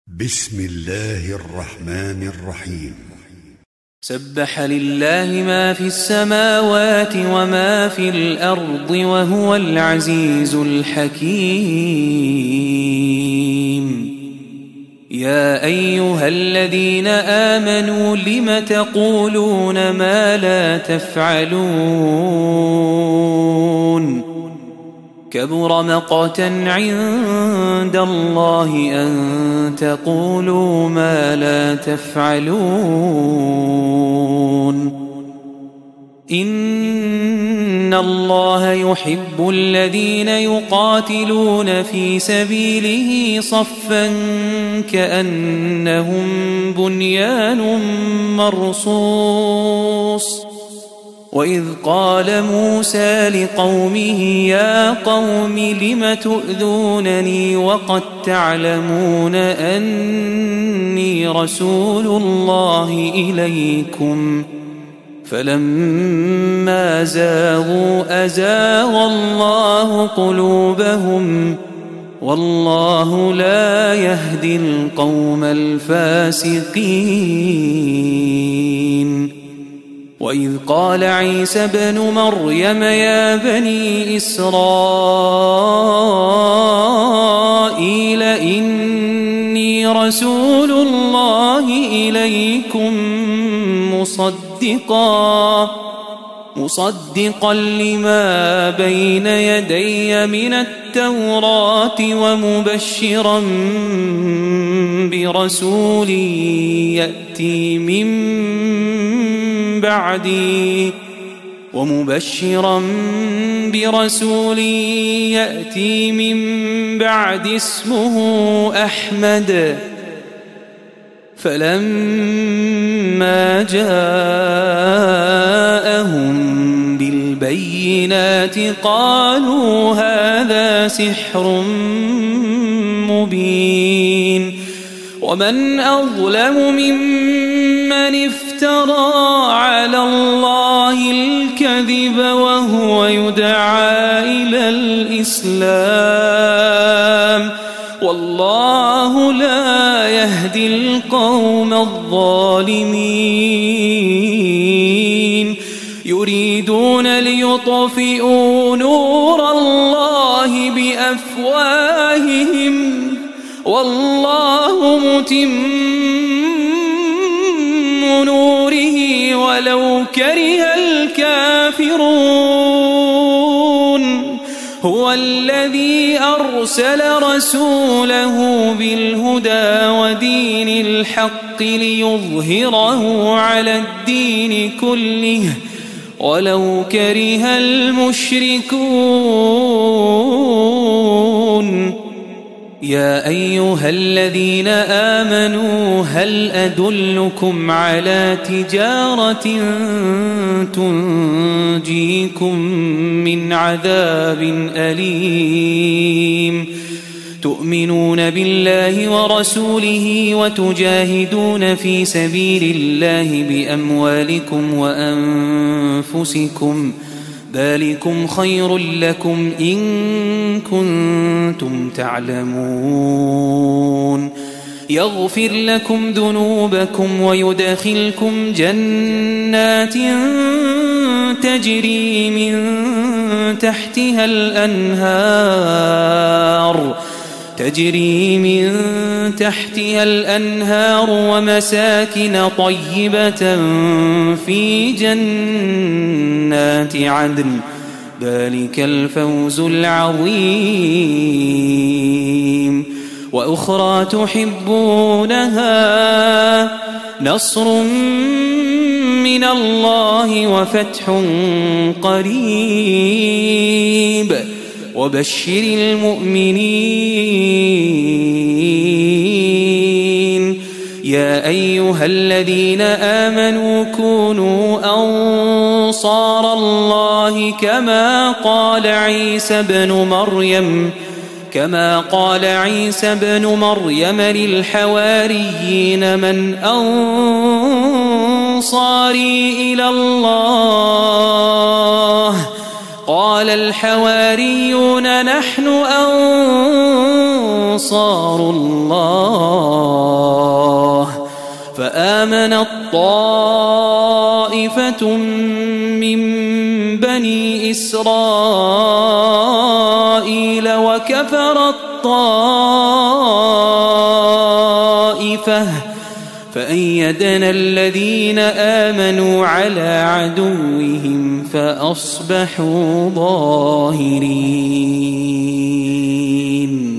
بسم الله الرحمن الرحيم. سبح لله ما في السماوات وما في الأرض وهو العزيز الحكيم. يا أيها الذين آمنوا لم تقولون ما لا تفعلون؟ كبر مقتا عند الله أن تقولوا ما لا تفعلون. إن الله يحب الذين يقاتلون في سبيله صفا كأنهم بنيان مرصوص. وإذ قال موسى لقومه يا قوم لم تؤذونني وقد تعلمون أني رسول الله إليكم فلما زاغوا أزاغ الله قلوبهم والله لا يهدي القوم الفاسقين. وإذ قال عيسى ابن مريم يا بني إسرائيل إني رسول الله إليكم مصدقا لما بين يدي من التوراة ومبشرا برسول يأتي من بعد اسمه أحمد. فلما جاءهم بالبينات قالوا هذا سحر مبين. ومن أظلم ممن افترى على الله الكذب وهو يدعى إلى الإسلام والله لا يهدي القوم الظالمين. يريدون ليطفئوا نور الله بأفواههم والله متم نوره ولو كره الكافرون. هو الذي أرسل رسوله بالهدى ودين الحق ليظهره على الدين كله ولو كره المشركون. يا أيها الذين آمنوا هل أدلكم على تجارة تنجيكم من عذاب أليم؟ تؤمنون بالله ورسوله وتجاهدون في سبيل الله بأموالكم وأنفسكم ذلكم خير لكم إن كنتم تعلمون. يغفر لكم ذنوبكم ويدخلكم جنات تجري من تحتها الأنهار ومساكن طيبة في جنات عدن ذلك الفوز العظيم. وأخرى تحبونها نصر من الله وفتح قريب وبشر المؤمنين. يا أيها الذين آمنوا كونوا أنصار الله كما قال عيسى ابن مريم للحواريين من أنصاري إلى الله؟ قال الحواريون نحن أنصار الله فآمنت طائفة من بني إسرائيل وكفرت طائفة فأيدنا الذين آمنوا على عدوهم فأصبحوا ظاهرين.